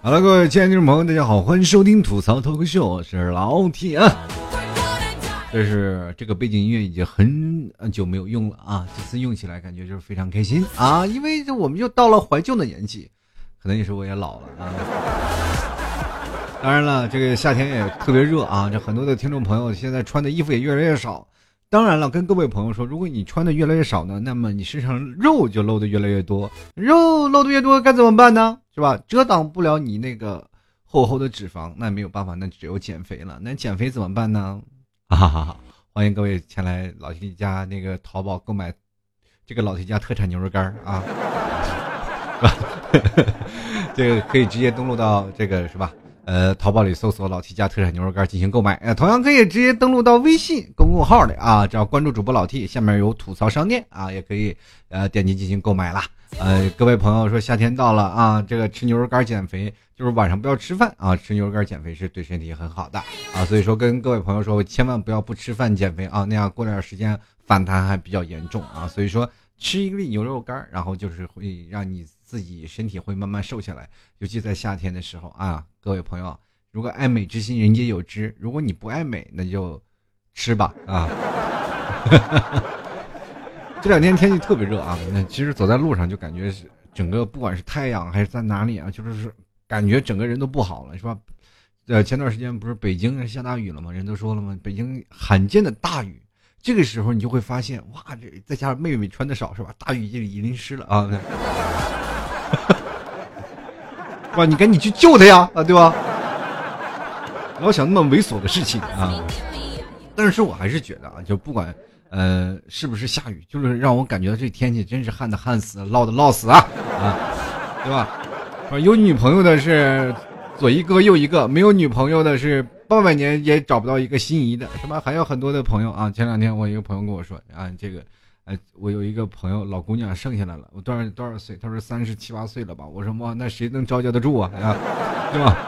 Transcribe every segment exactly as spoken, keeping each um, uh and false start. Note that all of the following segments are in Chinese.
好了，各位亲爱的听众朋友，大家好，欢迎收听吐槽脱口秀，我是老铁啊。这是这个背景音乐已经很久没有用了啊，这次用起来感觉就是非常开心啊，因为我们又到了怀旧的年纪，可能也是我也老了啊。当然了，这个夏天也特别热啊，这很多的听众朋友现在穿的衣服也越来越少。当然了，跟各位朋友说，如果你穿的越来越少呢，那么你身上肉就露的越来越多，肉露的越多该怎么办呢？是吧？遮挡不了你那个厚厚的脂肪，那没有办法，那只有减肥了。那减肥怎么办呢？哈哈哈！欢迎各位前来老 T 家那个淘宝购买这个老 T 家特产牛肉干啊，是吧？这个可以直接登录到这个是吧？呃，淘宝里搜索老 T 家特产牛肉干进行购买。呃，同样可以直接登录到微信公众号里啊，只要关注主播老 T， 下面有吐槽商店啊，也可以呃点击进行购买啦。呃，各位朋友说夏天到了啊，这个吃牛肉干减肥，就是晚上不要吃饭啊，吃牛肉干减肥是对身体很好的啊，所以说跟各位朋友说，千万不要不吃饭减肥啊，那样过段时间反弹还比较严重啊，所以说吃一粒牛肉干，然后就是会让你自己身体会慢慢瘦下来，尤其在夏天的时候啊，各位朋友，如果爱美之心人皆有之，如果你不爱美，那就吃吧啊。这两天天气特别热啊，那其实走在路上就感觉是整个不管是太阳还是在哪里啊，就是感觉整个人都不好了，是吧？呃，前段时间不是北京下大雨了吗？人都说了吗？北京罕见的大雨，这个时候你就会发现，哇，这再加上妹妹穿的少是吧？大雨就已淋湿了啊，哇，你赶紧去救他呀，啊，对吧？老想那么猥琐的事情啊，但是我还是觉得啊，就不管。呃，是不是下雨？就是让我感觉到这天气真是旱的旱死，涝的涝死啊啊，对吧？有女朋友的是左一个右一个，没有女朋友的是八百年也找不到一个心仪的，是吧？还有很多的朋友啊。前两天我一个朋友跟我说啊，这个，呃，我有一个朋友老姑娘生下来了，我多少多少岁？他说三十七八岁了吧？我说哇，那谁能招架得住啊？啊，对吧？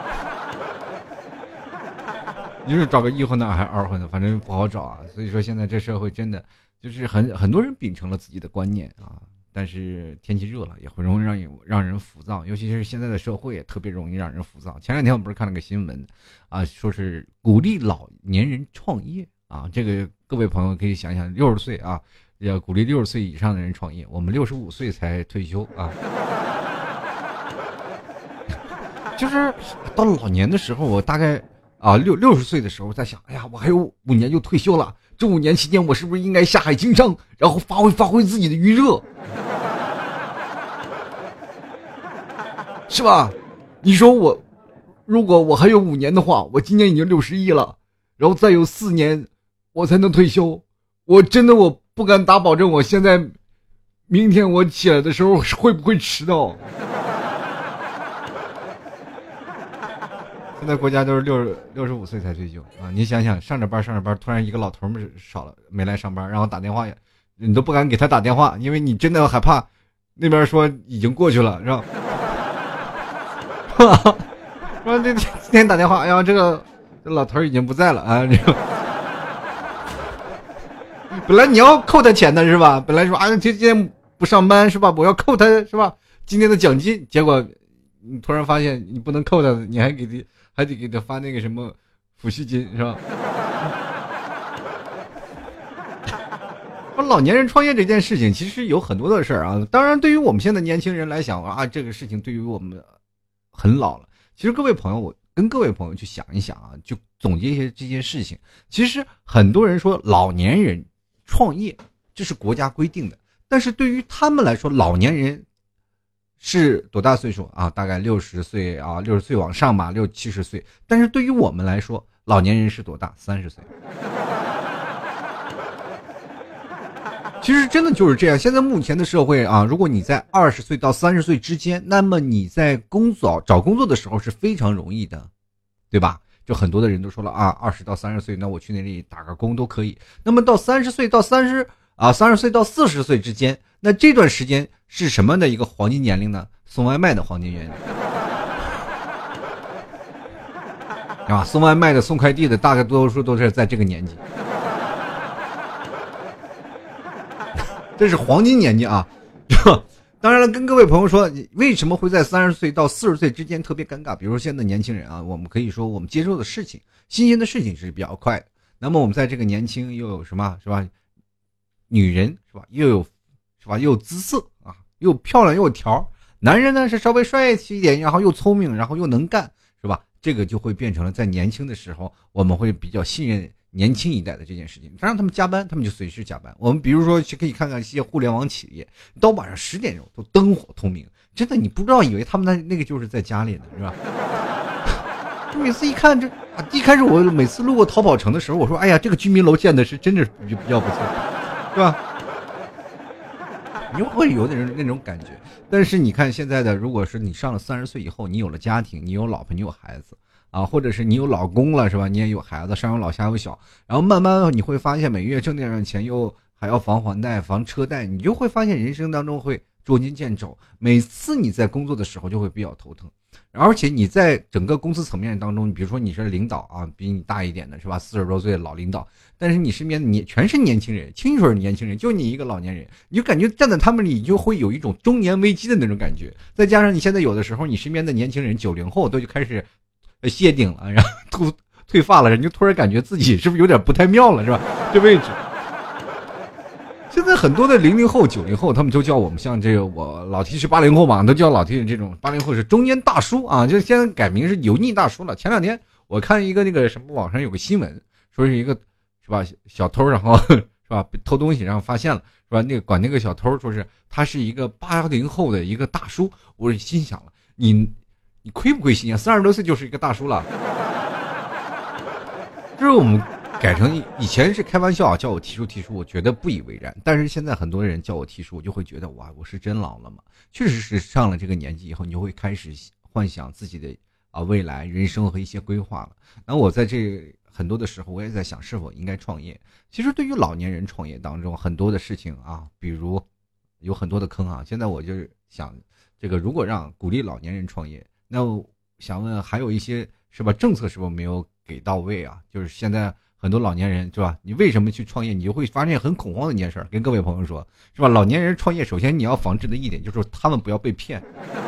你是找个一婚的还是二婚的，反正不好找啊。所以说现在这社会真的就是很很多人秉承了自己的观念啊，但是天气热了也会容易让人让人浮躁，尤其是现在的社会也特别容易让人浮躁。前两天我不是看了个新闻啊，说是鼓励老年人创业啊，这个各位朋友可以想想，六十岁啊，要鼓励六十岁以上的人创业，我们六十五岁才退休啊。就是到老年的时候，我大概。啊，六六十岁的时候在想，哎呀，我还有五年就退休了，这五年期间我是不是应该下海经商，然后发挥发挥自己的余热，是吧？你说我，如果我还有五年的话，我今年已经六十一了，然后再有四年我才能退休，我真的我不敢打保证，我现在明天我起来的时候会不会迟到？现在国家都是六十六十五岁才退休啊！你想想，上着班上着班，突然一个老头儿少了没来上班，然后打电话，你都不敢给他打电话，因为你真的害怕那边说已经过去了，是吧？说这今天打电话，哎呀，这个这老头儿已经不在了啊！这个本来你要扣他钱的是吧？本来说啊，今天不上班是吧？我要扣他是吧？今天的奖金，结果你突然发现你不能扣他，你还给他。还得给他发那个什么抚恤金是吧？说老年人创业这件事情其实有很多的事儿啊，当然对于我们现在年轻人来讲啊，这个事情对于我们很老了。其实各位朋友，我跟各位朋友去想一想啊，就总结一些这些事情。其实很多人说老年人创业这是国家规定的，但是对于他们来说，老年人是多大岁数啊？大概六十岁啊，六十岁往上吧，六七十岁。但是对于我们来说，老年人是多大？三十岁。其实真的就是这样。现在目前的社会啊，如果你在二十岁到三十岁之间，那么你在工作找工作的时候是非常容易的，对吧？就很多的人都说了啊，二十到三十岁，那我去那里打个工都可以。那么到三十岁到三十啊，三十岁到四十岁之间。那这段时间是什么的一个黄金年龄呢？送外卖的黄金年龄啊，送外卖的、送快递的，大概多数都是在这个年纪，这是黄金年纪啊。 当然了，跟各位朋友说，为什么会在三十岁到四十岁之间特别尴尬？比如说现在年轻人啊，我们可以说我们接受的事情、新鲜的事情是比较快的。那么我们在这个年轻又有什么是吧？女人是吧？又有是吧？又有姿色啊，又漂亮又有条。男人呢是稍微帅气一点，然后又聪明，然后又能干，是吧？这个就会变成了在年轻的时候，我们会比较信任年轻一代的这件事情。让他们加班，他们就随时加班。我们比如说去可以看看一些互联网企业，到晚上十点钟都灯火通明，真的你不知道以为他们那那个就是在家里呢，是吧？每次一看这啊，一开始我每次路过淘宝城的时候，我说哎呀，这个居民楼建的是真的比较不错，是吧？你会有那种那种感觉。但是你看现在的，如果是你上了三十岁以后，你有了家庭，你有老婆，你有孩子啊，或者是你有老公了，是吧？你也有孩子，上有老下有小，然后慢慢你会发现每月挣点上钱，又还要房还贷、房车贷，你就会发现人生当中会捉襟见肘。每次你在工作的时候就会比较头疼，而且你在整个公司层面当中，比如说你是领导啊，比你大一点的是吧？四十多岁的老领导，但是你身边你全是年轻人，清水的年轻人，就你一个老年人，你就感觉站在他们里，你就会有一种中年危机的那种感觉。再加上你现在有的时候，你身边的年轻人九零后都就开始谢顶了，然后秃退发了，人就突然感觉自己是不是有点不太妙了，是吧？这位置。现在很多的零零后、九零后，他们就叫我们像这个我老 T 是八零后嘛，都叫老 T 这种八零后是中年大叔啊，就现在改名是油腻大叔了。前两天我看一个那个什么网上有个新闻，说是一个是吧小偷，然后是吧偷东西，然后发现了是吧？那个管那个小偷说是他是一个八零后的一个大叔，我心想了，你你亏不亏心啊？三十多岁就是一个大叔了，就是我们。改成以前是开玩笑啊，叫我提叔提叔，我觉得不以为然。但是现在很多人叫我提叔，我就会觉得哇，我是真老了嘛。确实是上了这个年纪以后，你就会开始幻想自己的啊未来人生和一些规划了。那我在这很多的时候，我也在想是否应该创业。其实对于老年人创业当中很多的事情啊，比如有很多的坑啊。现在我就是想，这个如果让鼓励老年人创业，那我想问还有一些是吧政策是否没有给到位啊？就是现在。很多老年人是吧？你为什么去创业？你就会发现很恐慌的一件事。跟各位朋友说，是吧？老年人创业，首先你要防止的一点就是他们不要被骗。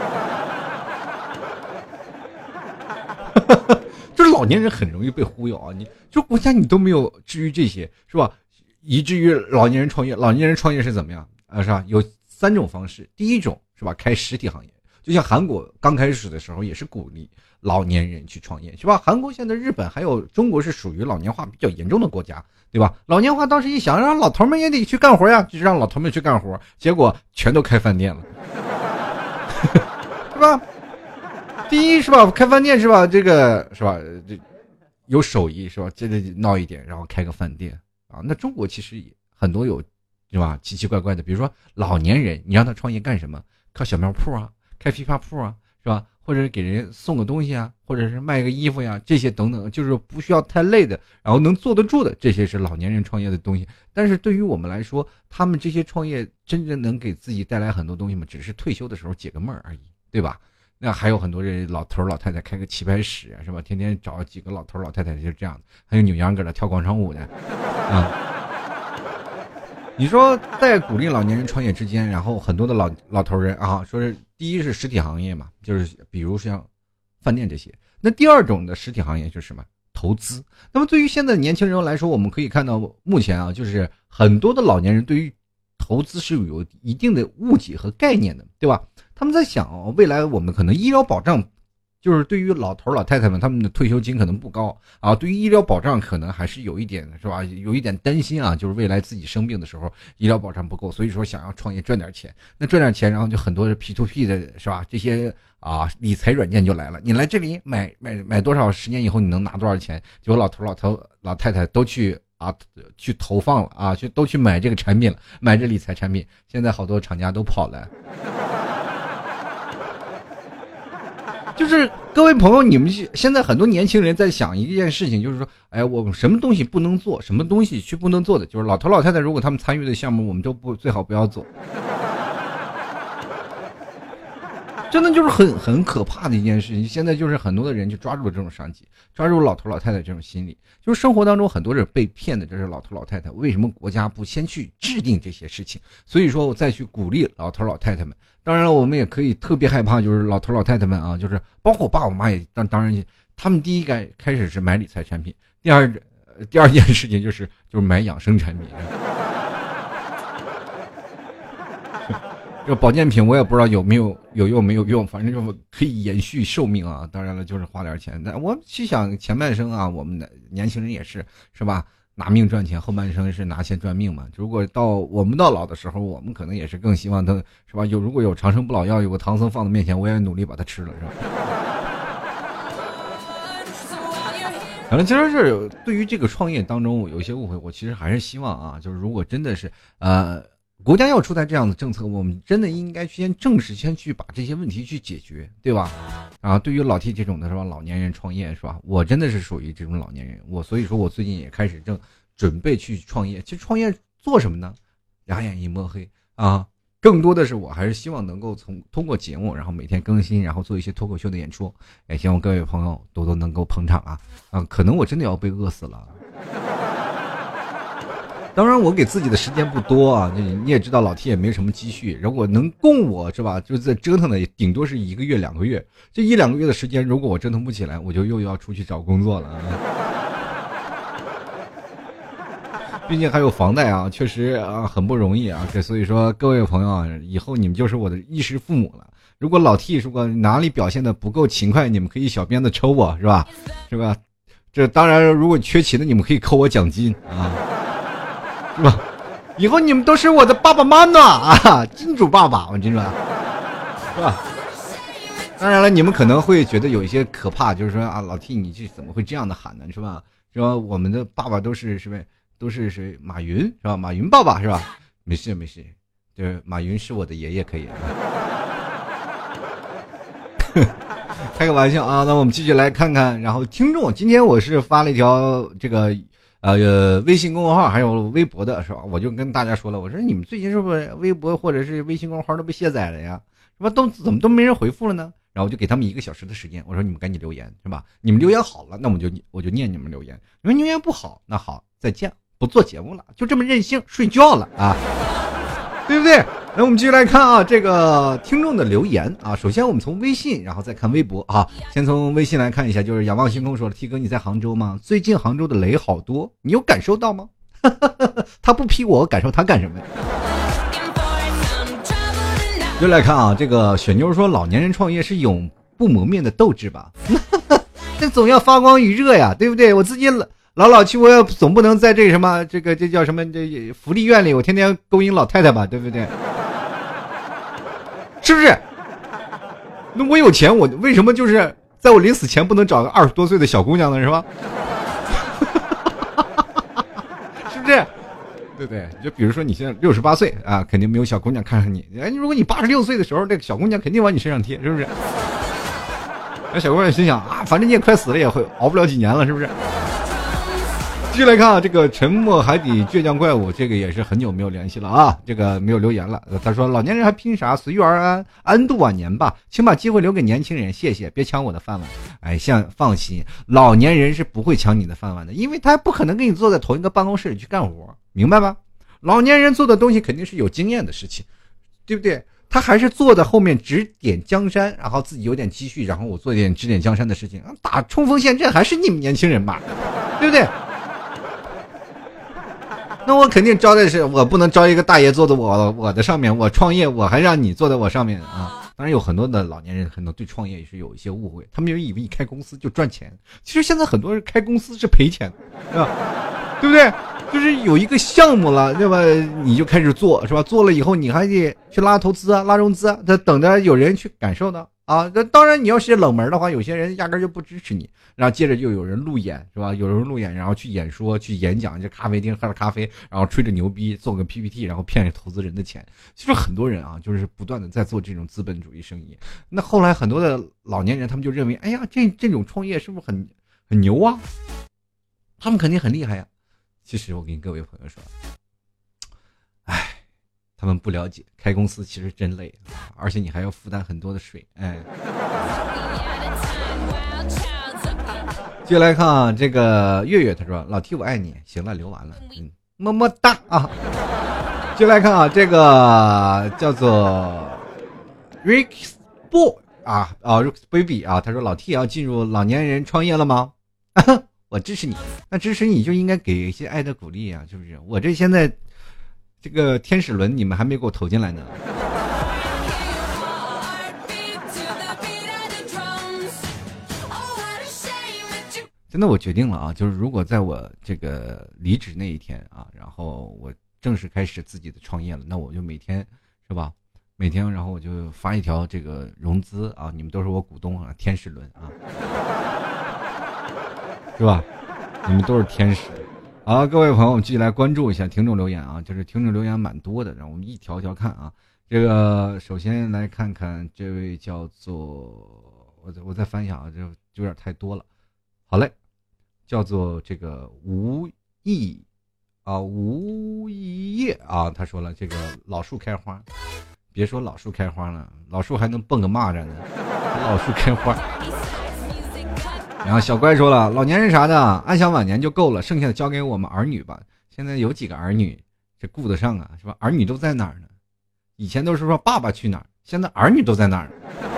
就是老年人很容易被忽悠啊！你就国家你都没有至于这些，是吧？以至于老年人创业，老年人创业是怎么样啊？是吧？有三种方式。第一种是吧？开实体行业，就像韩国刚开始的时候也是鼓励。老年人去创业是吧？韩国现在、日本还有中国是属于老年化比较严重的国家，对吧？老年化当时一想，让老头们也得去干活呀，就是让老头们去干活，结果全都开饭店了，是吧？第一是吧，开饭店是吧？这个是吧？这有手艺是吧？这个闹一点，然后开个饭店啊。那中国其实也很多有是吧？奇奇怪怪的，比如说老年人，你让他创业干什么？开小卖铺啊，开批发铺啊，是吧？或者给人送个东西啊，或者是卖个衣服呀，这些等等，就是不需要太累的，然后能坐得住的，这些是老年人创业的东西。但是对于我们来说，他们这些创业真正能给自己带来很多东西吗？只是退休的时候解个闷而已，对吧？那还有很多人老头老太太开个棋牌室是吧？天天找几个老头老太太就是这样的，还有扭秧歌的跳广场舞的啊。你说在鼓励老年人创业之间，然后很多的老老头人啊，说是第一是实体行业嘛，就是比如像饭店这些。那第二种的实体行业就是什么？投资。那么对于现在的年轻人来说，我们可以看到目前啊，就是很多的老年人对于投资是有一定的误解和概念的，对吧？他们在想哦，未来我们可能医疗保障。就是对于老头老太太们，他们的退休金可能不高啊，对于医疗保障可能还是有一点是吧，有一点担心啊，就是未来自己生病的时候医疗保障不够，所以说想要创业赚点钱。那赚点钱，然后就很多 P to P 的是吧，这些啊理财软件就来了，你来这里买买买多少，十年以后你能拿多少钱，结果老头老头老太太都去啊去投放了啊，去都去买这个产品了，买这理财产品，现在好多厂家都跑了。就是各位朋友，你们现在很多年轻人在想一件事情，就是说，哎，我们什么东西不能做，什么东西去不能做的，就是老头老太太如果他们参与的项目，我们都不最好不要做。 真的就是很很可怕的一件事情。现在就是很多的人就抓住了这种商机，抓住老头老太太这种心理，就是生活当中很多人被骗的，这是老头老太太。为什么国家不先去制定这些事情？所以说我再去鼓励老头老太太们。当然了，我们也可以特别害怕，就是老头老太太们啊，就是包括我爸我妈也当当然，他们第一开开始是买理财产品，第二第二件事情就是就是买养生产品。这个保健品我也不知道有没有有用没有用，反正就可以延续寿命啊。当然了，就是花点钱。但我去想前半生啊，我们的年轻人也是是吧，拿命赚钱，后半生是拿钱赚命嘛。如果到我们到老的时候，我们可能也是更希望他是吧，有如果有长生不老药，有个唐僧放在面前，我也努力把它吃了，是吧？反正其实是对于这个创业当中，我有一些误会，我其实还是希望啊，就是如果真的是呃。国家要出台这样的政策，我们真的应该先正式先去把这些问题去解决，对吧？啊，对于老 T 这种的是吧，老年人创业是吧？我真的是属于这种老年人，我所以说我最近也开始正准备去创业。其实创业做什么呢？两眼一抹黑啊，更多的是我还是希望能够从通过节目，然后每天更新，然后做一些脱口秀的演出。也希望各位朋友多多能够捧场啊啊！可能我真的要被饿死了。当然我给自己的时间不多啊，你也知道老 T 也没什么积蓄，如果能供我是吧，就在折腾的顶多是一个月两个月，这一两个月的时间如果我折腾不起来，我就又要出去找工作了啊。毕竟还有房贷啊，确实啊很不容易啊。所以说各位朋友啊，以后你们就是我的衣食父母了。如果老 T 如果哪里表现的不够勤快，你们可以小鞭子抽我是吧？是吧？这当然如果缺勤的你们可以扣我奖金啊。是吧？以后你们都是我的爸爸妈妈啊，金主爸爸，我金主啊，是吧？当然了，你们可能会觉得有一些可怕，就是说啊，老 T 你这怎么会这样的喊呢？是吧？说我们的爸爸都是是不是都是谁？马云是吧？马云爸爸是吧？没事没事，就是马云是我的爷爷，可以。开个玩笑啊！那我们继续来看看，然后听众，今天我是发了一条这个。呃，微信公众号还有微博的是吧？我就跟大家说了，我说你们最近是不是微博或者是微信公众号都被卸载了呀？是吧？都怎么都没人回复了呢？然后我就给他们一个小时的时间，我说你们赶紧留言是吧？你们留言好了，那我就我就念你们留言；你们留言不好，那好，再见，不做节目了，就这么任性，睡觉了啊，对不对？那我们继续来看啊，这个听众的留言啊。首先我们从微信，然后再看微博啊。先从微信来看一下，就是仰望星空说了 ，T 哥你在杭州吗？最近杭州的雷好多，你有感受到吗？他不批我，我感受他干什么呀？就来看啊，这个雪妞说，老年人创业是永不磨灭的斗志吧？这总要发光与热呀，对不对？我自己老老去，我也总不能在这什么这个这叫什么这福利院里，我天天勾引老太太吧，对不对？是不是？那我有钱，我为什么就是在我临死前不能找个二十多岁的小姑娘呢？是吧？是不是？对不对？就比如说你现在六十八岁啊，肯定没有小姑娘看上你。哎，如果你八十六岁的时候，这个小姑娘肯定往你身上贴，是不是？那小姑娘心想啊，反正你也快死了，也会熬不了几年了，是不是？继续来看啊，这个沉默海底倔强怪物，这个也是很久没有联系了啊，这个没有留言了。他说老年人还拼啥，随遇而安，安度晚年吧，请把机会留给年轻人，谢谢，别抢我的饭碗。哎，像放心，老年人是不会抢你的饭碗的，因为他不可能跟你坐在同一个办公室里去干活，明白吧？老年人做的东西肯定是有经验的事情，对不对？他还是坐在后面指点江山，然后自己有点积蓄，然后我做点指点江山的事情，打冲锋陷阵还是你们年轻人吧，对不对？那我肯定招的是，我不能招一个大爷坐在我我的上面，我创业我还让你坐在我上面啊！当然有很多的老年人可能对创业也是有一些误会，他们就以为一开公司就赚钱，其实现在很多人开公司是赔钱的，对吧？对不对？就是有一个项目了，对吧？你就开始做，是吧？做了以后你还得去拉投资啊，拉融资啊，他等着有人去感受的啊。那当然你要是冷门的话，有些人压根就不支持你。然后接着就有人路演，是吧？有人路演，然后去演说、去演讲，就咖啡厅喝着咖啡，然后吹着牛逼，做个 P P T， 然后骗着投资人的钱。其实很多人啊，就是不断的在做这种资本主义生意。那后来很多的老年人，他们就认为，哎呀，这这种创业是不是很很牛啊？他们肯定很厉害呀。其实我跟各位朋友说，哎， 他们不了解，开公司其实真累，而且你还要负担很多的税。哎，接下来看啊，这个月月他说：“老 T 我爱你。”行了，留完了，嗯，么么哒啊。接下来看啊，这个叫做 Rick Boy 啊啊 Rick Baby 啊，他说：“老 T 要进入老年人创业了吗？”我支持你，那支持你就应该给一些爱的鼓励啊，是不是？我这现在这个天使轮你们还没给我投进来呢。真的，我决定了啊，就是如果在我这个离职那一天啊，然后我正式开始自己的创业了，那我就每天是吧？每天然后我就发一条这个融资啊，你们都是我股东啊，天使轮啊。是吧？你们都是天使。好，各位朋友，我们继续来关注一下听众留言啊，就是听众留言蛮多的，让我们一条条看啊。这个首先来看看这位叫做我我再翻一下啊，这有点太多了。好嘞，叫做这个吴意啊吴一叶啊，他说了这个老树开花，别说老树开花了，老树还能蹦个蚂蚱呢，老树开花。然后小乖说了，老年人啥的安享晚年就够了，剩下的交给我们儿女吧。现在有几个儿女这顾得上啊，是吧？儿女都在哪儿呢？以前都是说爸爸去哪儿，现在儿女都在哪儿？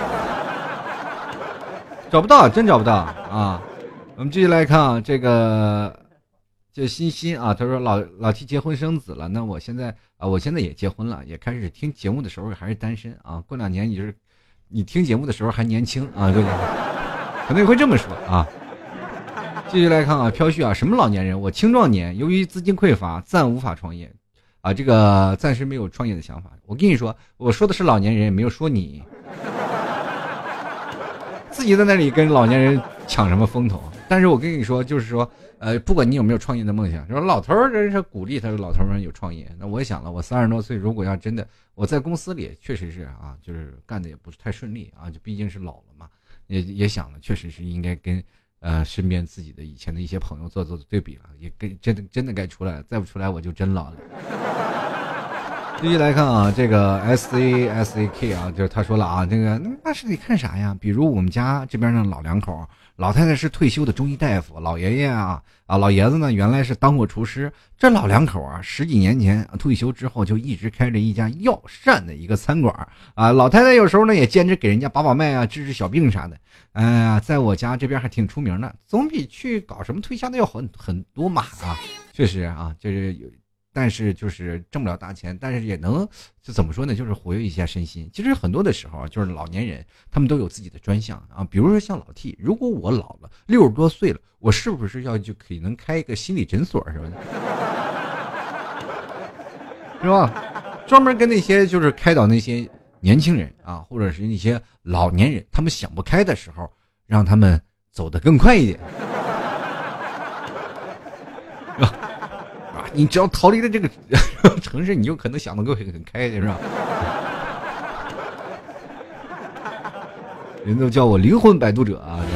找不到，真找不到啊！我们继续来看啊，这个这欣欣啊，他说老老 T 结婚生子了，那我现在啊，我现在也结婚了，也开始听节目的时候还是单身啊。过两年你就是你听节目的时候还年轻啊，对不对？可能也会这么说啊。继续来看啊，飘絮啊，什么老年人？我青壮年，由于资金匮乏，暂无法创业啊，这个暂时没有创业的想法。我跟你说，我说的是老年人，没有说你自己在那里跟老年人抢什么风头。但是我跟你说，就是说，呃，不管你有没有创业的梦想，说老头儿真是鼓励他老头们有创业。那我想了，我三十多岁，如果要真的我在公司里，确实是啊，就是干的也不是太顺利啊，就毕竟是老了嘛。也也想了，确实是应该跟呃身边自己的以前的一些朋友做做对比了，也跟真的真的该出来了，再不出来我就真老了。继续来看啊，这个 S A S A K 啊，就是他说了啊，这个那是得看啥呀？比如我们家这边的老两口，老太太是退休的中医大夫，老爷爷啊啊老爷子呢原来是当过厨师。这老两口啊，十几年前退休之后就一直开着一家药膳的一个餐馆啊。老太太有时候呢也兼职给人家把把脉啊，治治小病啥的。哎呀，在我家这边还挺出名的，总比去搞什么推销的要很很多嘛啊。确实啊，就是有。但是就是挣不了大钱，但是也能就怎么说呢，就是活跃一下身心。其实很多的时候就是老年人他们都有自己的专项啊，比如说像老 T， 如果我老了六十多岁了，我是不是要就可以能开一个心理诊所什么的，是吧？专门跟那些就是开导那些年轻人啊，或者是那些老年人，他们想不开的时候，让他们走得更快一点。你只要逃离了这个城市，你就可能想得更很开，是吧？人都叫我灵魂摆渡者啊！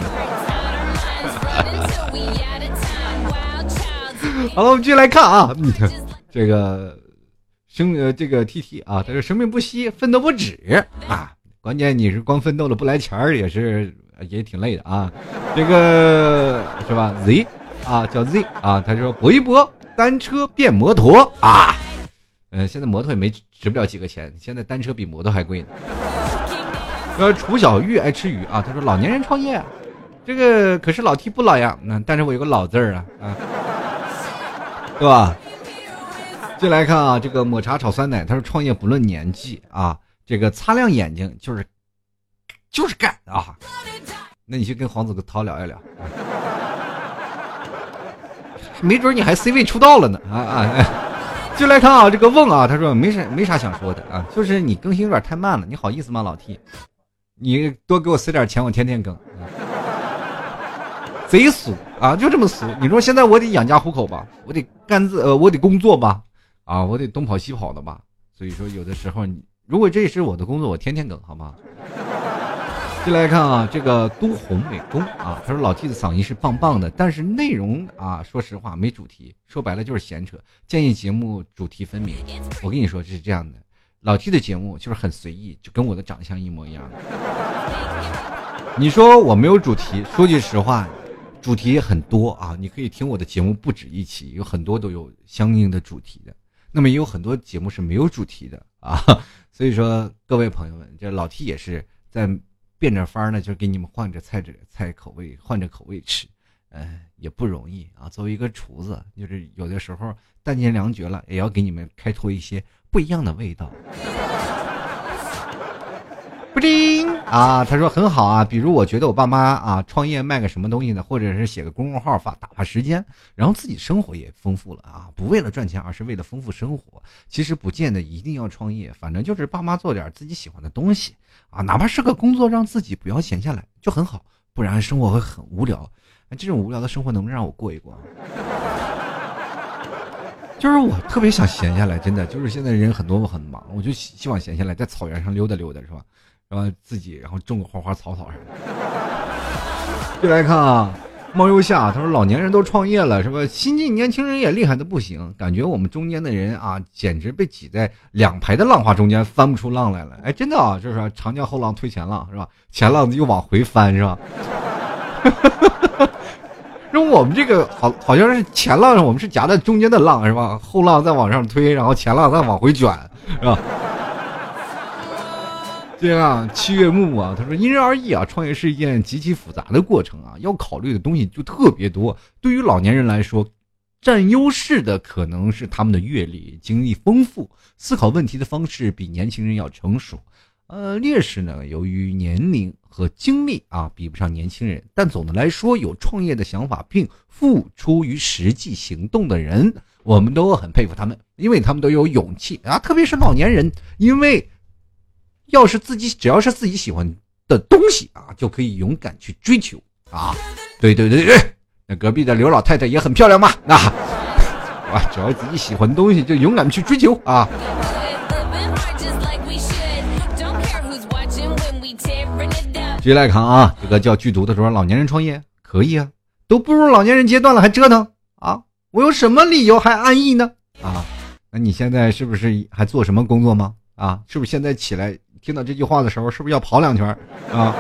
好了，我们继续来看啊，这个生呃这个 T T 啊，他说生命不息，奋斗不止啊。关键你是光奋斗了不来钱儿，也是也挺累的啊。这个是吧 ？Z 啊，叫 Z 啊，他说搏一搏。单车变摩托啊，呃，现在摩托也没值不了几个钱，现在单车比摩托还贵呢。呃，楚小玉爱吃鱼啊，他说老年人创业，这个可是老 T 不老呀，那、嗯、但是我有个老字儿啊，啊，对吧？接来看啊，这个抹茶炒酸奶，他说创业不论年纪啊，这个擦亮眼睛就是就是干啊，那你去跟黄子韬聊一聊。没准你还 C 位出道了呢啊啊！就来看啊，这个瓮啊，他说没啥没啥想说的啊，就是你更新有点太慢了，你好意思吗，老 T？ 你多给我塞点钱，我天天更。贼俗啊，就这么俗。你说现在我得养家糊口吧，我得干自呃，我得工作吧，啊，我得东跑西跑的吧。所以说有的时候你，如果这是我的工作，我天天更，好吗？就来看啊，这个都红美工啊，他说老 T 的嗓音是棒棒的，但是内容啊，说实话没主题，说白了就是闲扯，建议节目主题分明。我跟你说这是这样的， 老 T 的节目就是很随意，就跟我的长相一模一样。你说我没有主题，说句实话，主题很多啊，你可以听我的节目不止一期，有很多都有相应的主题的。那么也有很多节目是没有主题的啊，所以说各位朋友们，这老 T 也是在变着法呢，就给你们换着菜着菜口味，换着口味吃。呃，也不容易啊。作为一个厨子，就是有的时候弹尽粮绝了，也要给你们开拓一些不一样的味道。不丁啊，他说很好啊。比如我觉得我爸妈啊创业卖个什么东西呢，或者是写个公众号发打发时间，然后自己生活也丰富了啊。不为了赚钱，而是为了丰富生活。其实不见得一定要创业，反正就是爸妈做点自己喜欢的东西啊，哪怕是个工作，让自己不要闲下来就很好，不然生活会很无聊。这种无聊的生活能不能让我过一过？就是我特别想闲下来，真的就是现在人很多很忙，我就希望闲下来在草原上溜达溜达，是吧？然后自己然后种个花花草草什么的。就来看啊，猫优夏他说老年人都创业了是吧？新晋年轻人也厉害的不行，感觉我们中间的人啊，简直被挤在两排的浪花中间，翻不出浪来了。哎，真的啊，就是说长江后浪推前浪是吧？前浪又往回翻是吧？因为我们这个好好像是前浪，我们是夹在中间的浪是吧？后浪再往上推，然后前浪再往回卷是吧？这样，七月木木啊，他说因人而异啊，创业是一件极其复杂的过程啊，要考虑的东西就特别多。对于老年人来说，占优势的可能是他们的阅历、经历丰富，思考问题的方式比年轻人要成熟。呃，劣势呢，由于年龄和经历啊比不上年轻人，但总的来说，有创业的想法并付出于实际行动的人，我们都很佩服他们，因为他们都有勇气啊，特别是老年人，因为要是自己只要是自己喜欢的东西啊，就可以勇敢去追求啊。对对对对，那隔壁的刘老太太也很漂亮嘛，那啊，只要自己喜欢的东西就勇敢去追求啊。继续来看啊，这个叫剧毒的说老年人创业可以啊，都步入老年人阶段了还折腾啊，我有什么理由还安逸呢？啊，那你现在是不是还做什么工作吗？啊，是不是现在起来听到这句话的时候，是不是要跑两圈啊？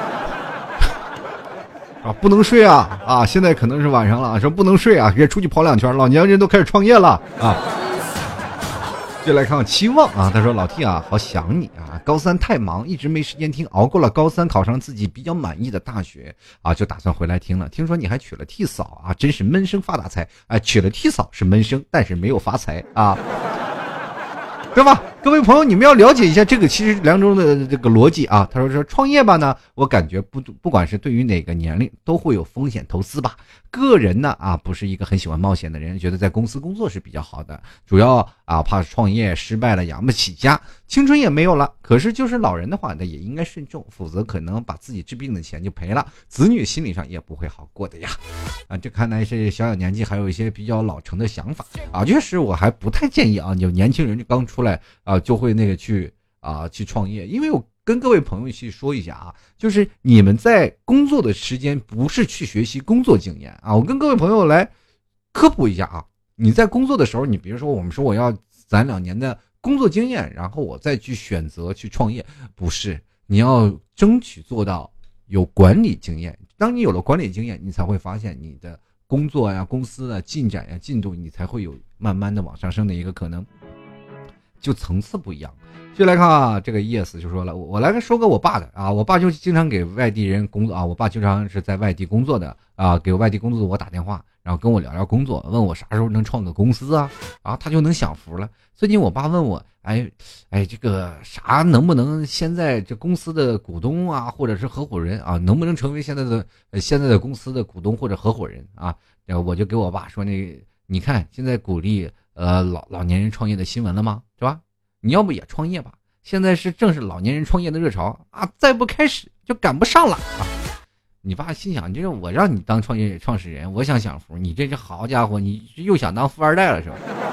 啊，不能睡啊！啊，现在可能是晚上了，说不能睡啊，也出去跑两圈。老年人都开始创业了啊！就来看看期望啊，他说老 T 啊，好想你啊！高三太忙，一直没时间听，熬过了高三，考上自己比较满意的大学啊，就打算回来听了。听说你还娶了 T 嫂啊，真是闷声发大财啊！娶了 T 嫂是闷声，但是没有发财啊。对吧？各位朋友，你们要了解一下这个其实两种的这个逻辑啊。他说说创业吧呢，我感觉不不管是对于哪个年龄都会有风险投资吧。个人呢啊不是一个很喜欢冒险的人，觉得在公司工作是比较好的，主要啊怕创业失败了养不起家，青春也没有了。可是就是老人的话呢也应该慎重，否则可能把自己治病的钱就赔了，子女心理上也不会好过的呀。啊，这看来是小小年纪还有一些比较老成的想法啊。确实我还不太建议啊，有年轻人刚出来啊就会那个去啊去创业，因为我跟各位朋友去说一下啊，就是你们在工作的时间不是去学习工作经验啊，我跟各位朋友来科普一下啊。你在工作的时候，你比如说我们说我要攒两年的工作经验，然后我再去选择去创业，不是，你要争取做到有管理经验。当你有了管理经验，你才会发现你的工作呀、公司的进展呀、进度，你才会有慢慢的往上升的一个可能，就层次不一样。就来看啊，这个 yes 就说了，我来说个我爸的啊，我爸就经常给外地人工作啊，我爸经常是在外地工作的啊，给外地工作的我打电话，然后跟我聊聊工作，问我啥时候能创个公司啊，啊，他就能享福了。最近我爸问我，哎哎，这个啥能不能现在这公司的股东啊，或者是合伙人啊，能不能成为现在的、呃、现在的公司的股东或者合伙人啊？然后我就给我爸说，那个你看现在鼓励呃老老年人创业的新闻了吗？是吧？你要不也创业吧？现在是正是老年人创业的热潮啊！再不开始就赶不上了啊！你爸心想，这我让你当创业创始人，我想享福，你这是好家伙，你又想当富二代了是吧？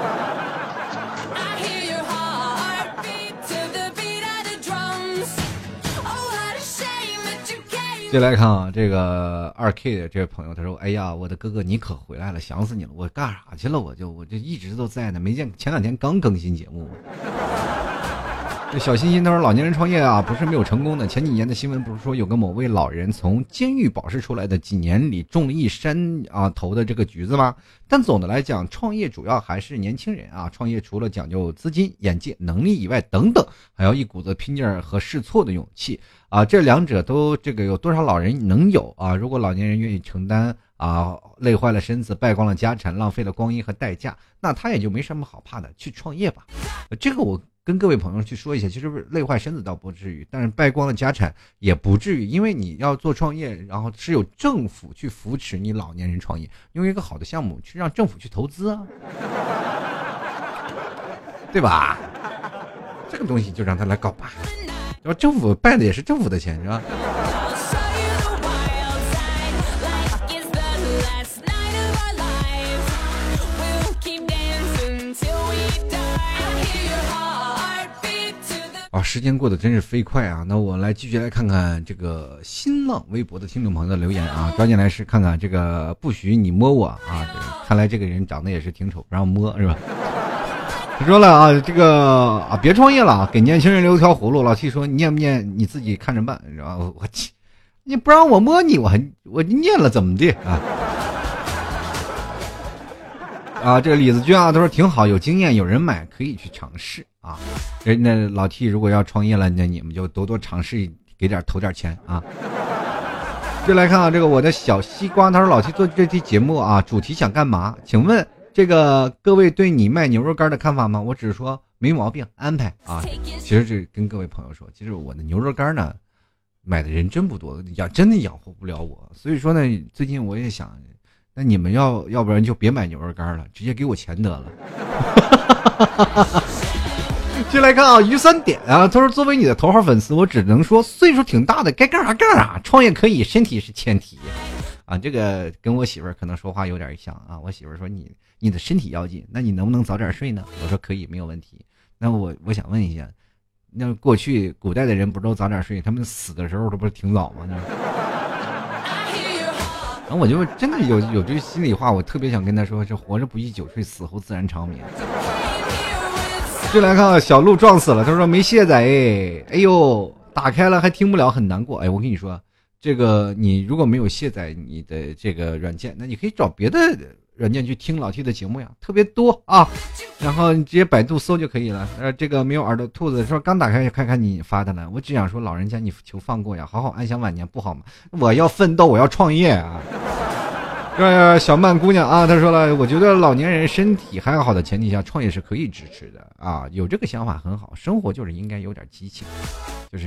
接来看啊，这个二 K 的这位朋友，他说：“哎呀，我的哥哥你可回来了，想死你了！我干啥去了？我就我就一直都在呢，没见前两天刚更新节目。” 这小欣欣他说老年人创业啊，不是没有成功的。前几年的新闻不是说有个某位老人从监狱保释出来的，几年里种了一山啊头的这个橘子吗？但总的来讲，创业主要还是年轻人啊。创业除了讲究资金、眼界、能力以外，等等，还要一股子拼劲儿和试错的勇气啊。这两者都这个有多少老人能有啊？如果老年人愿意承担啊，累坏了身子，败光了家产，浪费了光阴和代价，那他也就没什么好怕的，去创业吧。这个我跟各位朋友去说一下，其实累坏身子倒不至于，但是败光了家产也不至于，因为你要做创业，然后是有政府去扶持你老年人创业，用一个好的项目去让政府去投资啊，对吧？这个东西就让他来搞吧，然后政府败的也是政府的钱，是吧？啊，时间过得真是飞快啊！那我来继续来看看这个新浪微博的听众朋友的留言啊，抓紧来是看看这个不许你摸我啊！看来这个人长得也是挺丑，不让摸是吧？他说了啊，这个啊别创业了，给年轻人留条活路。老 T 说念不念你自己看着办，然后我去，你不让我摸你，我还我念了怎么的啊？啊，这个李子君啊，他说挺好，有经验，有人买，可以去尝试啊。那老 T 如果要创业了，那你们就多多尝试，给点投点钱啊。就来看啊，这个我的小西瓜，他说老 T 做这期节目啊，主题想干嘛？请问这个各位对你卖牛肉干的看法吗？我只是说没毛病，安排啊。其实这跟各位朋友说，其实我的牛肉干呢，买的人真不多，养真的养活不了我，所以说呢，最近我也想。那你们要要不然就别买牛肉干了，直接给我钱得了。进来看啊，于三点啊，他说作为你的头号粉丝，我只能说岁数挺大的，该干啥干啥，创业可以，身体是前提啊。这个跟我媳妇儿可能说话有点像啊。我媳妇儿说你你的身体要紧，那你能不能早点睡呢？我说可以，没有问题。那我我想问一下，那过去古代的人不都早点睡？他们死的时候这不是挺早吗？然后我就真的有有句心里话，我特别想跟他说：这活着不宜久睡，死后自然长眠。就来看小鹿撞死了，他说没卸载，哎呦，打开了还听不了，很难过。哎，我跟你说，这个你如果没有卸载你的这个软件，那你可以找别的软件去听老 T 的节目呀，特别多啊。然后你直接百度搜就可以了。呃，这个没有耳朵兔子说刚打开看看你发的了，我只想说老人家你求放过呀，好好安享晚年不好吗？我要奋斗，我要创业啊。这小曼姑娘啊，她说了，我觉得老年人身体还好的前提下，创业是可以支持的啊，有这个想法很好。生活就是应该有点激情，就是，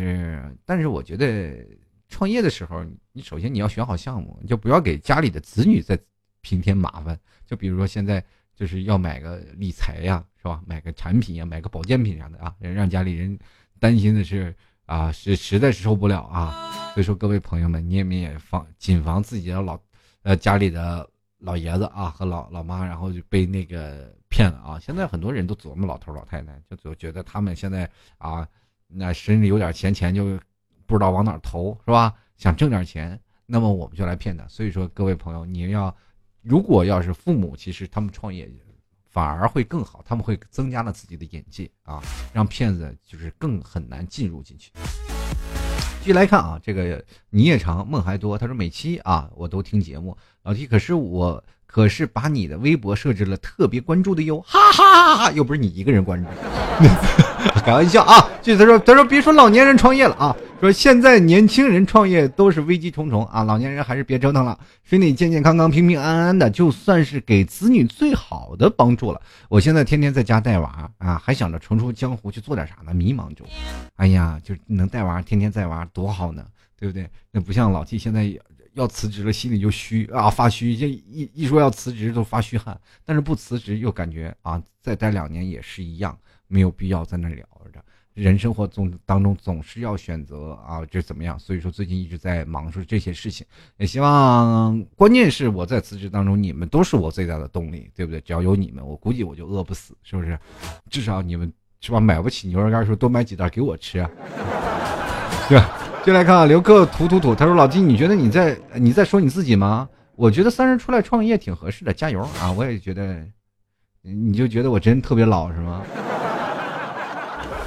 但是我觉得创业的时候，你首先你要选好项目，你就不要给家里的子女再平添麻烦。就比如说现在就是要买个理财呀，是吧？买个产品呀，买个保健品啥的啊，让家里人担心的是啊，是实在是受不了啊。所以说各位朋友们，你们也防谨防自己的老。呃，家里的老爷子啊和老老妈，然后就被那个骗了啊！现在很多人都琢磨老头老太太，就就觉得他们现在啊，那身里有点闲钱，就不知道往哪投，是吧？想挣点钱，那么我们就来骗他。所以说，各位朋友，你要如果要是父母，其实他们创业反而会更好，他们会增加了自己的眼界啊，让骗子就是更很难进入进去。继续来看啊，这个你夜长梦还多，他说每期啊我都听节目，老 T 可是我可是把你的微博设置了特别关注的哟，哈哈哈哈，又不是你一个人关注。开玩笑啊，就他说他说别说老年人创业了啊，说现在年轻人创业都是危机重重啊，老年人还是别折腾了，身体健健康康平平安安的，就算是给子女最好的帮助了。我现在天天在家带娃啊，还想着重出江湖去做点啥呢，迷茫中。哎呀，就能带娃天天带娃多好呢，对不对？那不像老 T 现在要辞职了，心里就虚啊，发虚，这一一说要辞职都发虚汗，但是不辞职又感觉啊，再待两年也是一样，没有必要在那聊着。人生活中当中总是要选择啊，这怎么样？所以说最近一直在忙着这些事情，也希望关键是我在辞职当中，你们都是我最大的动力，对不对？只要有你们，我估计我就饿不死，是不是？至少你们是吧？买不起牛肉干的时候多买几袋给我吃啊，对吧？就来看啊，刘克土土土，他说老金，你觉得你在你在说你自己吗？我觉得三十出来创业挺合适的，加油啊！我也觉得，你就觉得我真特别老是吗？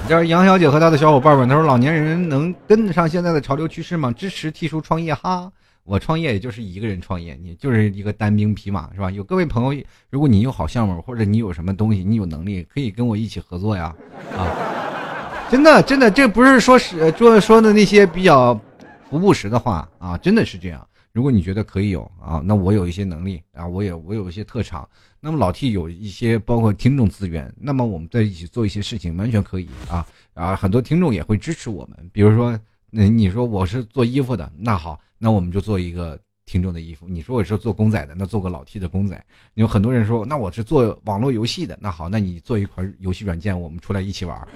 这是杨小姐和她的小伙伴们，她说老年人能跟得上现在的潮流趋势吗？支持提出创业哈。我创业也就是一个人创业，你就是一个单兵匹马是吧？有各位朋友，如果你有好项目或者你有什么东西，你有能力可以跟我一起合作呀啊！真的真的，这不是说是说说的那些比较不务实的话啊，真的是这样。如果你觉得可以有啊，那我有一些能力啊，我也我有一些特长，那么老 T 有一些包括听众资源，那么我们在一起做一些事情完全可以啊啊！很多听众也会支持我们，比如说，那你说我是做衣服的，那好，那我们就做一个听众的衣服。你说我是做公仔的，那做个老 T 的公仔。有很多人说，那我是做网络游戏的，那好，那你做一款游戏软件，我们出来一起玩，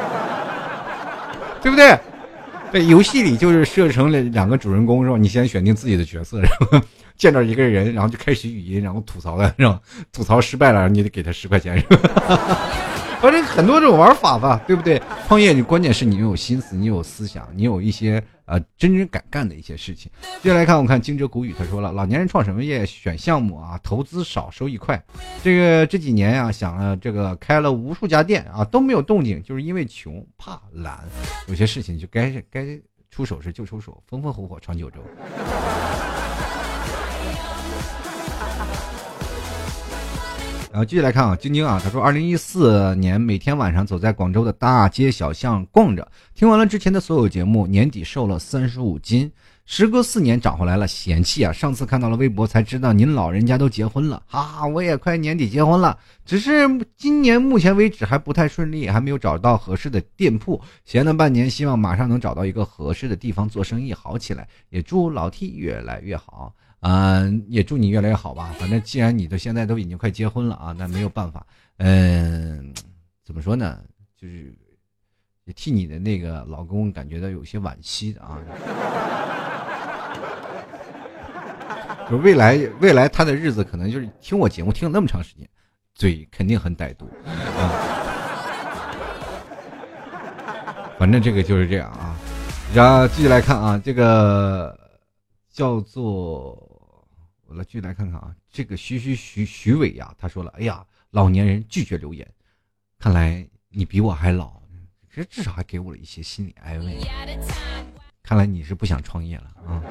对不对？对，游戏里就是设成了两个主人公是吧？你先选定自己的角色，然后见到一个人，然后就开始语音，然后吐槽他，是吧？吐槽失败了，你得给他十块钱，是吧？反正很多种玩法吧，对不对？创业，你关键是你有心思，你有思想，你有一些呃真正敢干的一些事情。接下来看，我看惊蛰古语他说了，老年人创什么业？选项目啊，投资少，收益快。这个这几年呀、啊，想了这个开了无数家店啊，都没有动静，就是因为穷怕懒。有些事情就该该出手时就出手，风风火火闯九州。然后继续来看啊，晶晶啊，他说，二零一四年每天晚上走在广州的大街小巷逛着，听完了之前的所有节目，年底瘦了三十五斤，时隔四年长回来了，嫌弃啊！上次看到了微博才知道您老人家都结婚了，哈哈，我也快年底结婚了，只是今年目前为止还不太顺利，还没有找到合适的店铺，闲了半年，希望马上能找到一个合适的地方做生意好起来，也祝老 T 越来越好。嗯、呃，也祝你越来越好吧。反正既然你都现在都已经快结婚了啊，那没有办法。嗯、呃，怎么说呢？就是也替你的那个老公感觉到有些惋惜的啊。就未来未来他的日子可能就是听我节目听了那么长时间，嘴肯定很歹毒。啊、反正这个就是这样啊。然后继续来看啊，这个叫做。我来继续来看看啊，这个徐徐徐徐伟呀，他说了，哎呀，老年人拒绝留言，看来你比我还老，这至少还给我了一些心理安慰。看来你是不想创业了啊。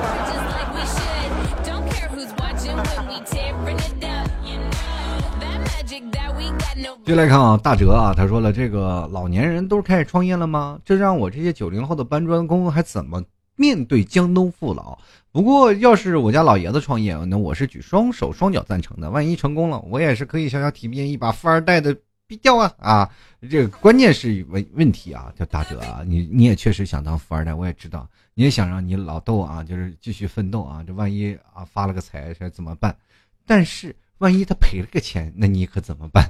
就来看啊，大哲啊，他说了，这个老年人都是开始创业了吗？这让我这些九零后的搬砖工还怎么面对江东父老？不过要是我家老爷子创业，那我是举双手双脚赞成的。万一成功了，我也是可以小小体验一把富二代的逼调啊啊！这个关键是问问题啊，叫大哲啊，你你也确实想当富二代，我也知道，你也想让你老豆啊，就是继续奋斗啊。这万一啊发了个财，这怎么办？但是万一他赔了个钱，那你可怎么办？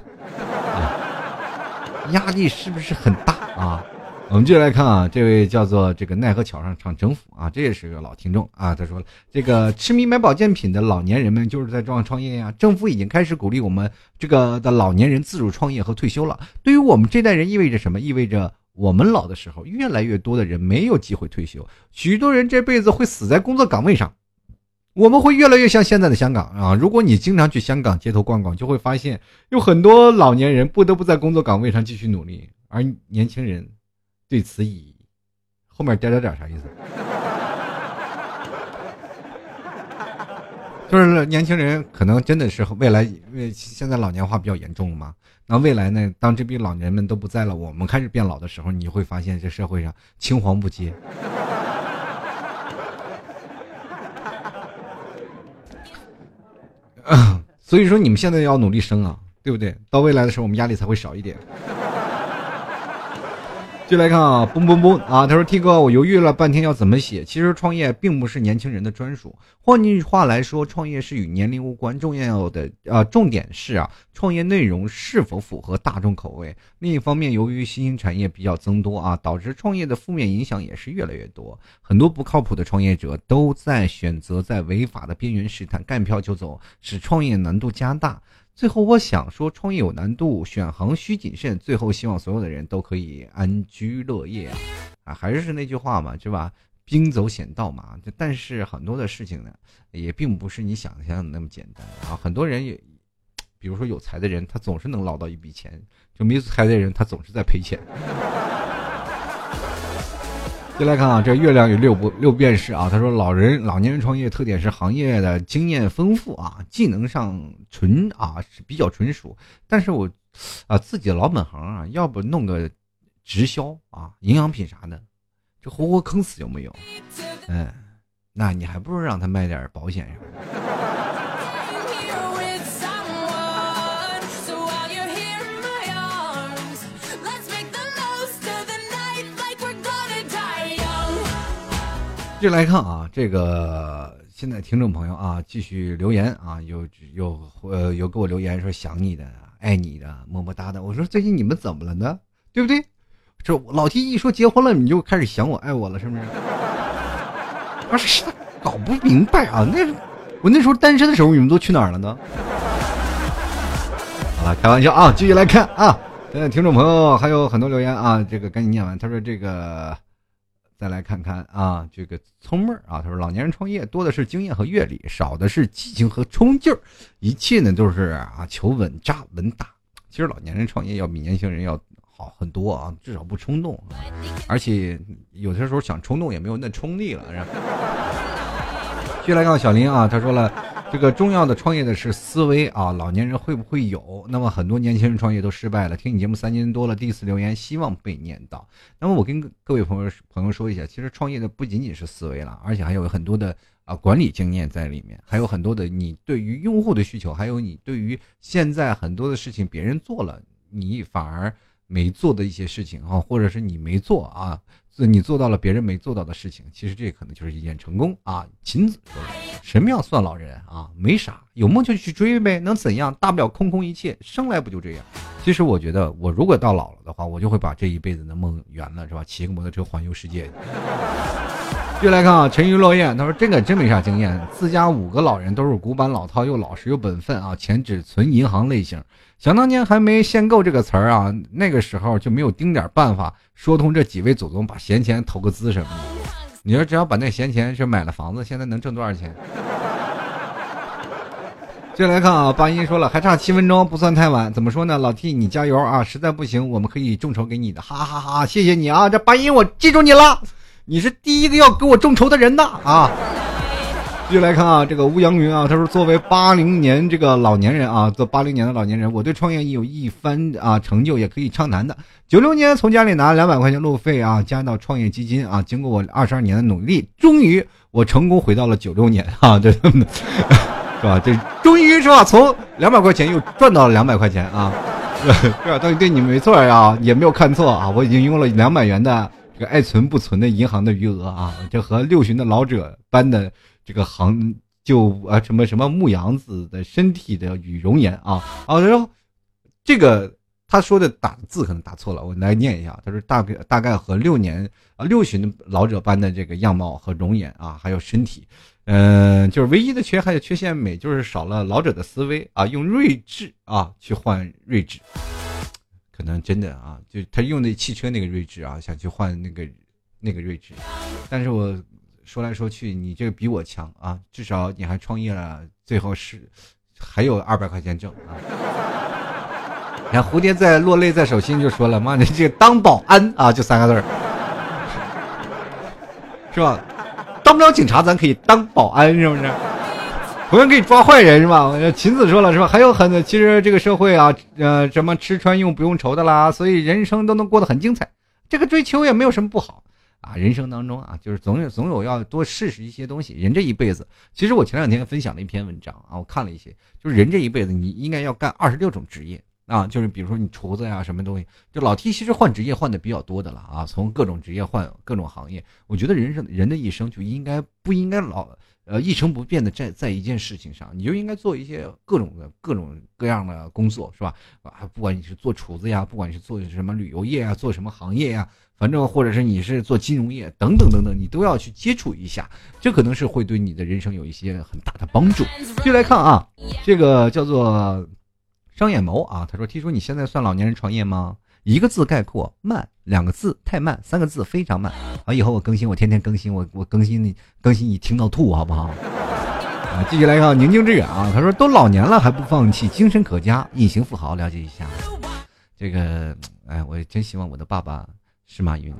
啊、压力是不是很大啊？我们继续来看啊，这位叫做这个奈何桥上唱征服啊，这也是个老听众啊。他说了，这个痴迷买保健品的老年人们就是在创创业呀。政府已经开始鼓励我们这个的老年人自主创业和退休了。对于我们这代人意味着什么？意味着我们老的时候，越来越多的人没有机会退休，许多人这辈子会死在工作岗位上。我们会越来越像现在的香港啊！如果你经常去香港街头逛逛，就会发现有很多老年人不得不在工作岗位上继续努力，而年轻人对此以后面点点点啥意思？就是年轻人可能真的是未来，因为现在老年化比较严重了嘛。那未来呢，当这批老年们都不在了，我们开始变老的时候，你会发现这社会上青黄不接。所以说你们现在要努力生啊，对不对？到未来的时候我们压力才会少一点。就来看啊，嘣嘣嘣啊！他说 T 哥，我犹豫了半天要怎么写。其实创业并不是年轻人的专属，换句话来说，创业是与年龄无关，重要的呃重点是啊，创业内容是否符合大众口味。另一方面，由于新兴产业比较增多啊，导致创业的负面影响也是越来越多。很多不靠谱的创业者都在选择在违法的边缘试探，干票就走，使创业难度加大。最后我想说，创业有难度，选行需谨慎。最后希望所有的人都可以安居乐业啊！啊，还是那句话嘛，是吧？兵走险道嘛。但是很多的事情呢，也并不是你想象的那么简单啊。很多人也比如说有才的人，他总是能捞到一笔钱；就没才的人，他总是在赔钱。接来看啊，这月亮有六不六便士啊。他说，老人老年人创业特点是行业的经验丰富啊，技能上纯啊是比较纯熟，但是我啊自己的老本行啊，要不弄个直销啊，营养品啥的，这活活坑死有没有？嗯，那你还不如让他卖点保险什么的。继续来看啊，这个现在听众朋友啊，继续留言啊，有有呃有给我留言说想你的、爱你的、么么哒的。我说最近你们怎么了呢？对不对？这老 T 一说结婚了，你就开始想我、爱我了，是不是？啊，是搞不明白啊！那我那时候单身的时候，你们都去哪儿了呢？好了，开玩笑啊，继续来看啊。现在听众朋友还有很多留言啊，这个赶紧念完。他说这个。再来看看啊，这个聪妹儿啊，他说老年人创业多的是经验和阅历，少的是激情和冲劲儿，一切呢都是啊求稳扎稳打。其实老年人创业要比年轻人要好很多啊，至少不冲动，啊、而且有的时候想冲动也没有那冲力了。继续来看小林啊，他说了。这个重要的创业的是思维啊，老年人会不会有？那么很多年轻人创业都失败了。听你节目三年多了，第一次留言，希望被念到。那么我跟各位朋友朋友说一下，其实创业的不仅仅是思维了，而且还有很多的啊管理经验在里面，还有很多的你对于用户的需求，还有你对于现在很多的事情别人做了，你反而没做的一些事情啊，或者是你没做啊。你做到了别人没做到的事情，其实这可能就是一件成功啊。秦子说了，神庙算老人啊，没啥，有梦就去追呗，能怎样？大不了空空一切，生来不就这样？其实我觉得，我如果到老了的话，我就会把这一辈子的梦圆了，是吧？骑个摩托车环游世界。继续来看啊，沉鱼落雁，他说这个真没啥经验，自家五个老人都是古板老套又老实又本分啊，钱只存银行类型。想当年还没限购这个词儿啊，那个时候就没有丁点办法说通这几位祖宗把闲钱投个资什么的。你说只要把那闲钱是买了房子，现在能挣多少钱？接下来看啊，八音说了还差七分钟，不算太晚。怎么说呢？老 T 你加油啊！实在不行我们可以众筹给你的，哈哈哈哈！谢谢你啊，这八音我记住你了，你是第一个要给我众筹的人呐啊！继续来看啊，这个乌阳云啊，他说作为八零年这个老年人啊，做八零年的老年人，我对创业有一番啊成就，也可以畅谈的。九六年从家里拿两百块钱路费啊，加到创业基金啊，经过我二十二年的努力，终于我成功回到了九六年啊，对对对，是吧？这终于是吧，从两百块钱又赚到了两百块钱啊，是吧？对对，你没错呀，也没有看错啊，我已经用了两百元的这个爱存不存的银行的余额啊，这和六旬的老者般的。这个行就啊什么什么牧羊子的身体的羽绒颜啊啊，然后这个他说的打字可能打错了，我来念一下。他说大概大概和六年啊六旬的老者般的这个样貌和容颜啊，还有身体，嗯、呃，就是唯一的缺还有缺陷美就是少了老者的思维啊，用睿智啊去换睿智，可能真的啊，就他用的汽车那个睿智啊，想去换那个那个睿智，但是我。说来说去，你这个比我强啊！至少你还创业了，最后是还有二百块钱挣啊！然后蝴蝶在落泪在手心就说了：“妈，你这个当保安啊，就三个字儿，是吧？当不了警察，咱可以当保安，是不是？同样可以抓坏人，是吧？”秦子说了，是吧？还有很多，其实这个社会啊，呃，什么吃穿用不用愁的啦，所以人生都能过得很精彩。这个追求也没有什么不好。啊，人生当中啊，就是总有总有要多试试一些东西。人这一辈子，其实我前两天分享了一篇文章啊，我看了一些，就是人这一辈子你应该要干二十六种职业啊，就是比如说你厨子呀、啊、什么东西，就老 T 其实换职业换的比较多的了啊，从各种职业换各种行业。我觉得人生人的一生就应该不应该老呃一成不变的在在一件事情上，你就应该做一些各种的各种各样的工作，是吧？啊，不管你是做厨子呀，不管你是做什么旅游业啊，做什么行业呀。反正或者是你是做金融业等等等等，你都要去接触一下，这可能是会对你的人生有一些很大的帮助。继续来看啊，这个叫做商眼谋啊，他说 T 叔你现在算老年人创业吗？一个字概括慢，两个字太慢，三个字非常慢。啊，以后我更新，我天天更新，我我更新你更新你听到吐好不好？ 啊，继续来看宁静致远啊，他说都老年了还不放弃，精神可嘉，隐形富豪，了解一下。这个，哎，我真希望我的爸爸是马云，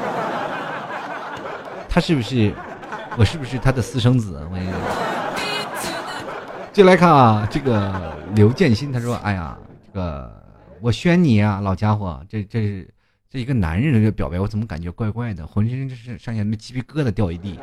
他是不是，我是不是他的私生子？我也。就来看啊，这个刘建新他说，哎呀，这个我宣你啊，老家伙，这这是这一个男人的表白，我怎么感觉怪怪的，浑身就是上下那鸡皮疙瘩掉一地。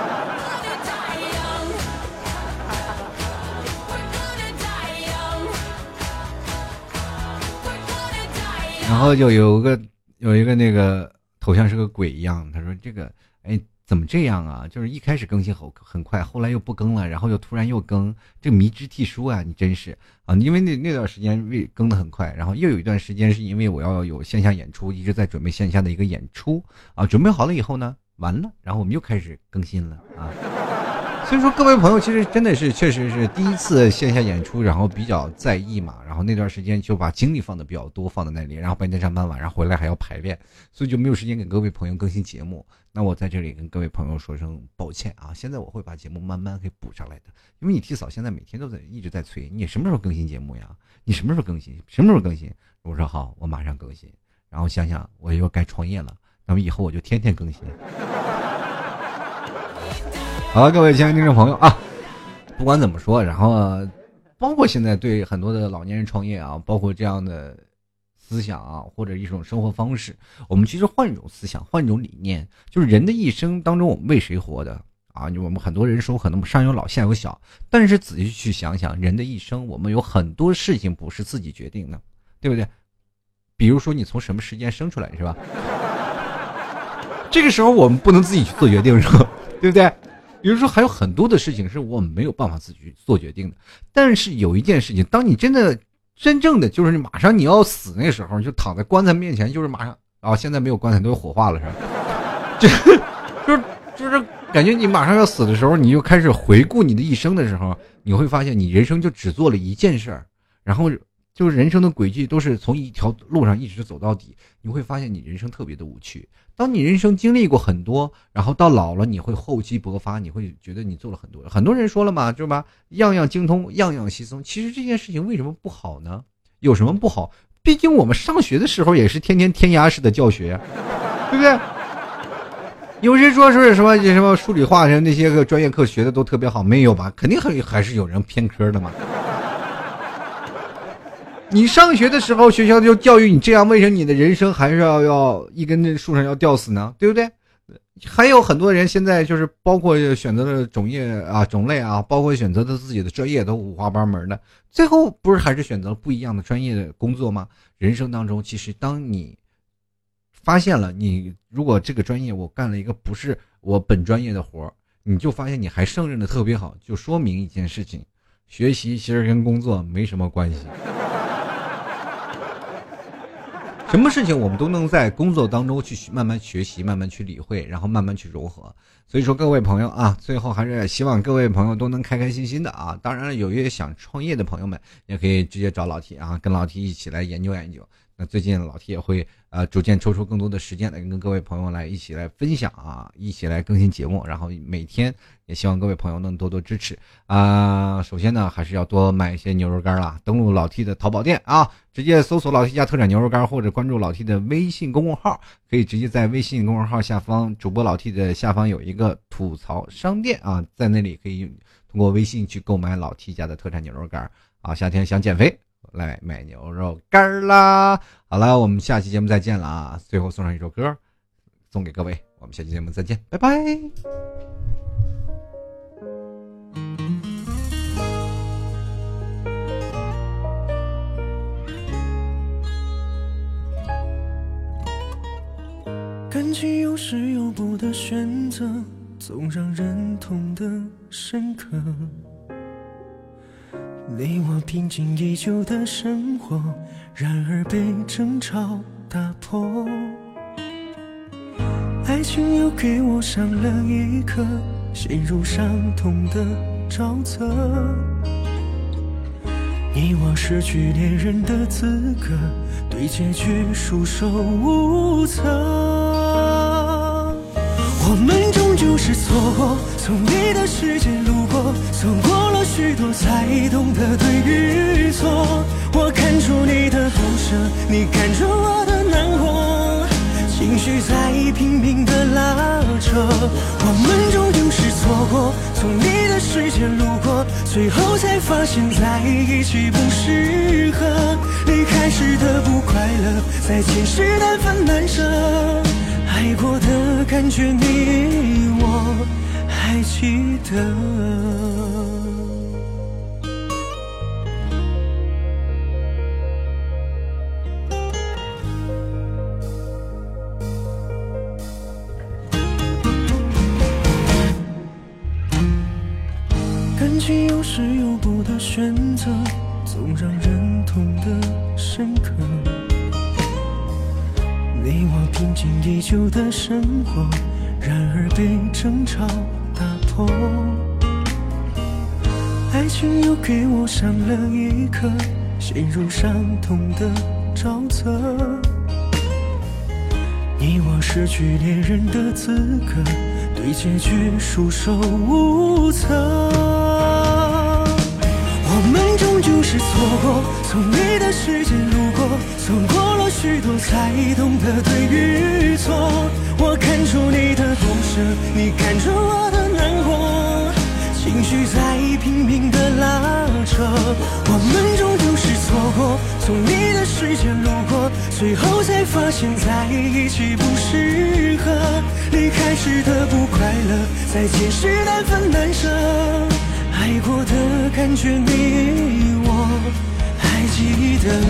然后就有个有一个那个头像是个鬼一样，他说这个哎怎么这样啊？就是一开始更新很很快，后来又不更了，然后又突然又更，这迷之替书啊，你真是啊！因为那那段时间为更的很快，然后又有一段时间是因为我要有线下演出，一直在准备线下的一个演出啊，准备好了以后呢，完了，然后我们又开始更新了啊。所以说各位朋友，其实真的是确实是第一次线下演出，然后比较在意嘛，然后那段时间就把精力放的比较多，放在那里，然后白天上班，晚上回来还要排练，所以就没有时间给各位朋友更新节目。那我在这里跟各位朋友说声抱歉啊，现在我会把节目慢慢给补上来的，因为你T嫂现在每天都在一直在催你什么时候更新节目呀，你什么时候更新，什么时候更新。我说好，我马上更新。然后想想我又该创业了，那么以后我就天天更新。好了，各位亲爱的听众朋友啊，不管怎么说，然后包括现在对很多的老年人创业啊，包括这样的思想啊，或者一种生活方式，我们其实换一种思想，换一种理念，就是人的一生当中，我们为谁活的啊？我们很多人说可能上有老下有小，但是仔细去想想，人的一生，我们有很多事情不是自己决定的，对不对？比如说你从什么时间生出来，是吧？这个时候我们不能自己去做决定，是吧？对不对？比如说还有很多的事情是我们没有办法自己去做决定的，但是有一件事情，当你真的真正的就是你马上你要死那时候，就躺在棺材面前，就是马上啊，现在没有棺材都有火化了，是吧？就就是就是感觉你马上要死的时候，你就开始回顾你的一生的时候，你会发现你人生就只做了一件事儿，然后就是人生的轨迹都是从一条路上一直走到底，你会发现你人生特别的无趣。当你人生经历过很多，然后到老了你会厚积薄发，你会觉得你做了很多。很多人说了嘛，对吧？样样精通，样样稀松。其实这件事情为什么不好呢？有什么不好？毕竟我们上学的时候也是天天填鸭式的教学，对不对？有人说是什么什么数理化那些个专业课学的都特别好，没有吧？肯定还还是有人偏科的嘛。你上学的时候学校就教育你这样，为什么你的人生还是要要一根树上要吊死呢？对不对？还有很多人现在就是包括选择的种业啊种类啊，包括选择的自己的专业都五花八门的，最后不是还是选择了不一样的专业的工作吗？人生当中其实当你发现了你如果这个专业我干了一个不是我本专业的活，你就发现你还胜任的特别好，就说明一件事情，学习其实跟工作没什么关系。什么事情我们都能在工作当中去慢慢学习，慢慢去理会，然后慢慢去融合。所以说各位朋友啊，最后还是希望各位朋友都能开开心心的啊。当然了，有一些想创业的朋友们也可以直接找老 T 啊，跟老 T 一起来研究研究。那最近老 T 也会呃逐渐抽出更多的时间来跟各位朋友来一起来分享啊，一起来更新节目，然后每天也希望各位朋友能多多支持啊、呃。首先呢，还是要多买一些牛肉干啦，登录老 T 的淘宝店啊，直接搜索老 T 家特产牛肉干，或者关注老 T 的微信公众号，可以直接在微信公众号下方主播老 T 的下方有一个吐槽商店啊，在那里可以通过微信去购买老 T 家的特产牛肉干啊。夏天想减肥来买牛肉干啦！好了，我们下期节目再见了啊！最后送上一首歌，送给各位，我们下期节目再见，拜拜。 感情有时有不的选择，总让人痛得深刻。你我平静已久的生活，然而被争吵打破。爱情又给我上了一课，陷入伤痛的沼泽。你我失去恋人的资格，对结局束手无策。我们终究是错过，从你的世界路过，走过才懂得对与错。我看出你的不舍，你看出我的难过，情绪在拼命的拉扯，我们终究是错过，从你的世界路过，最后才发现在一起不适合。离开时的不快乐，在前世难分难舍，爱过的感觉你我还记得。感情有时有不的选择，总让人痛得深刻。你我平静已久的生活，然而被争吵打破。爱情又给我上了一课，陷入伤痛的沼泽。你我失去恋人的资格，对结局束手无策。我们终究是错过，从你的世界路过，错过了许多才懂得对与错。我看出你的不舍，你看出我的难过，情绪在拼命的拉扯。我们终究是错过，从你的世界路过，最后才发现在一起不适合。离开时的不快乐，在前世难分难舍，爱过的感觉你我还记得。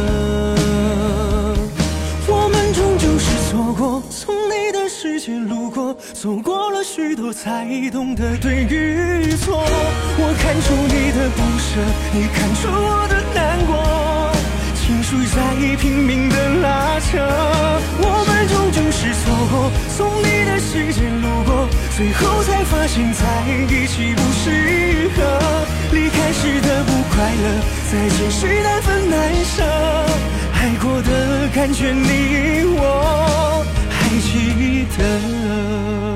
我们终究是错过，从你的世界路过，错过了许多才懂得对与错。我看出你的不舍，你看出我的难过，情绪在拼命的拉扯。我们终究是错过，从你的世界路过，最后才发现在一起不适合。离开时的不快乐，在前世难分难舍，爱过的感觉你我还记得。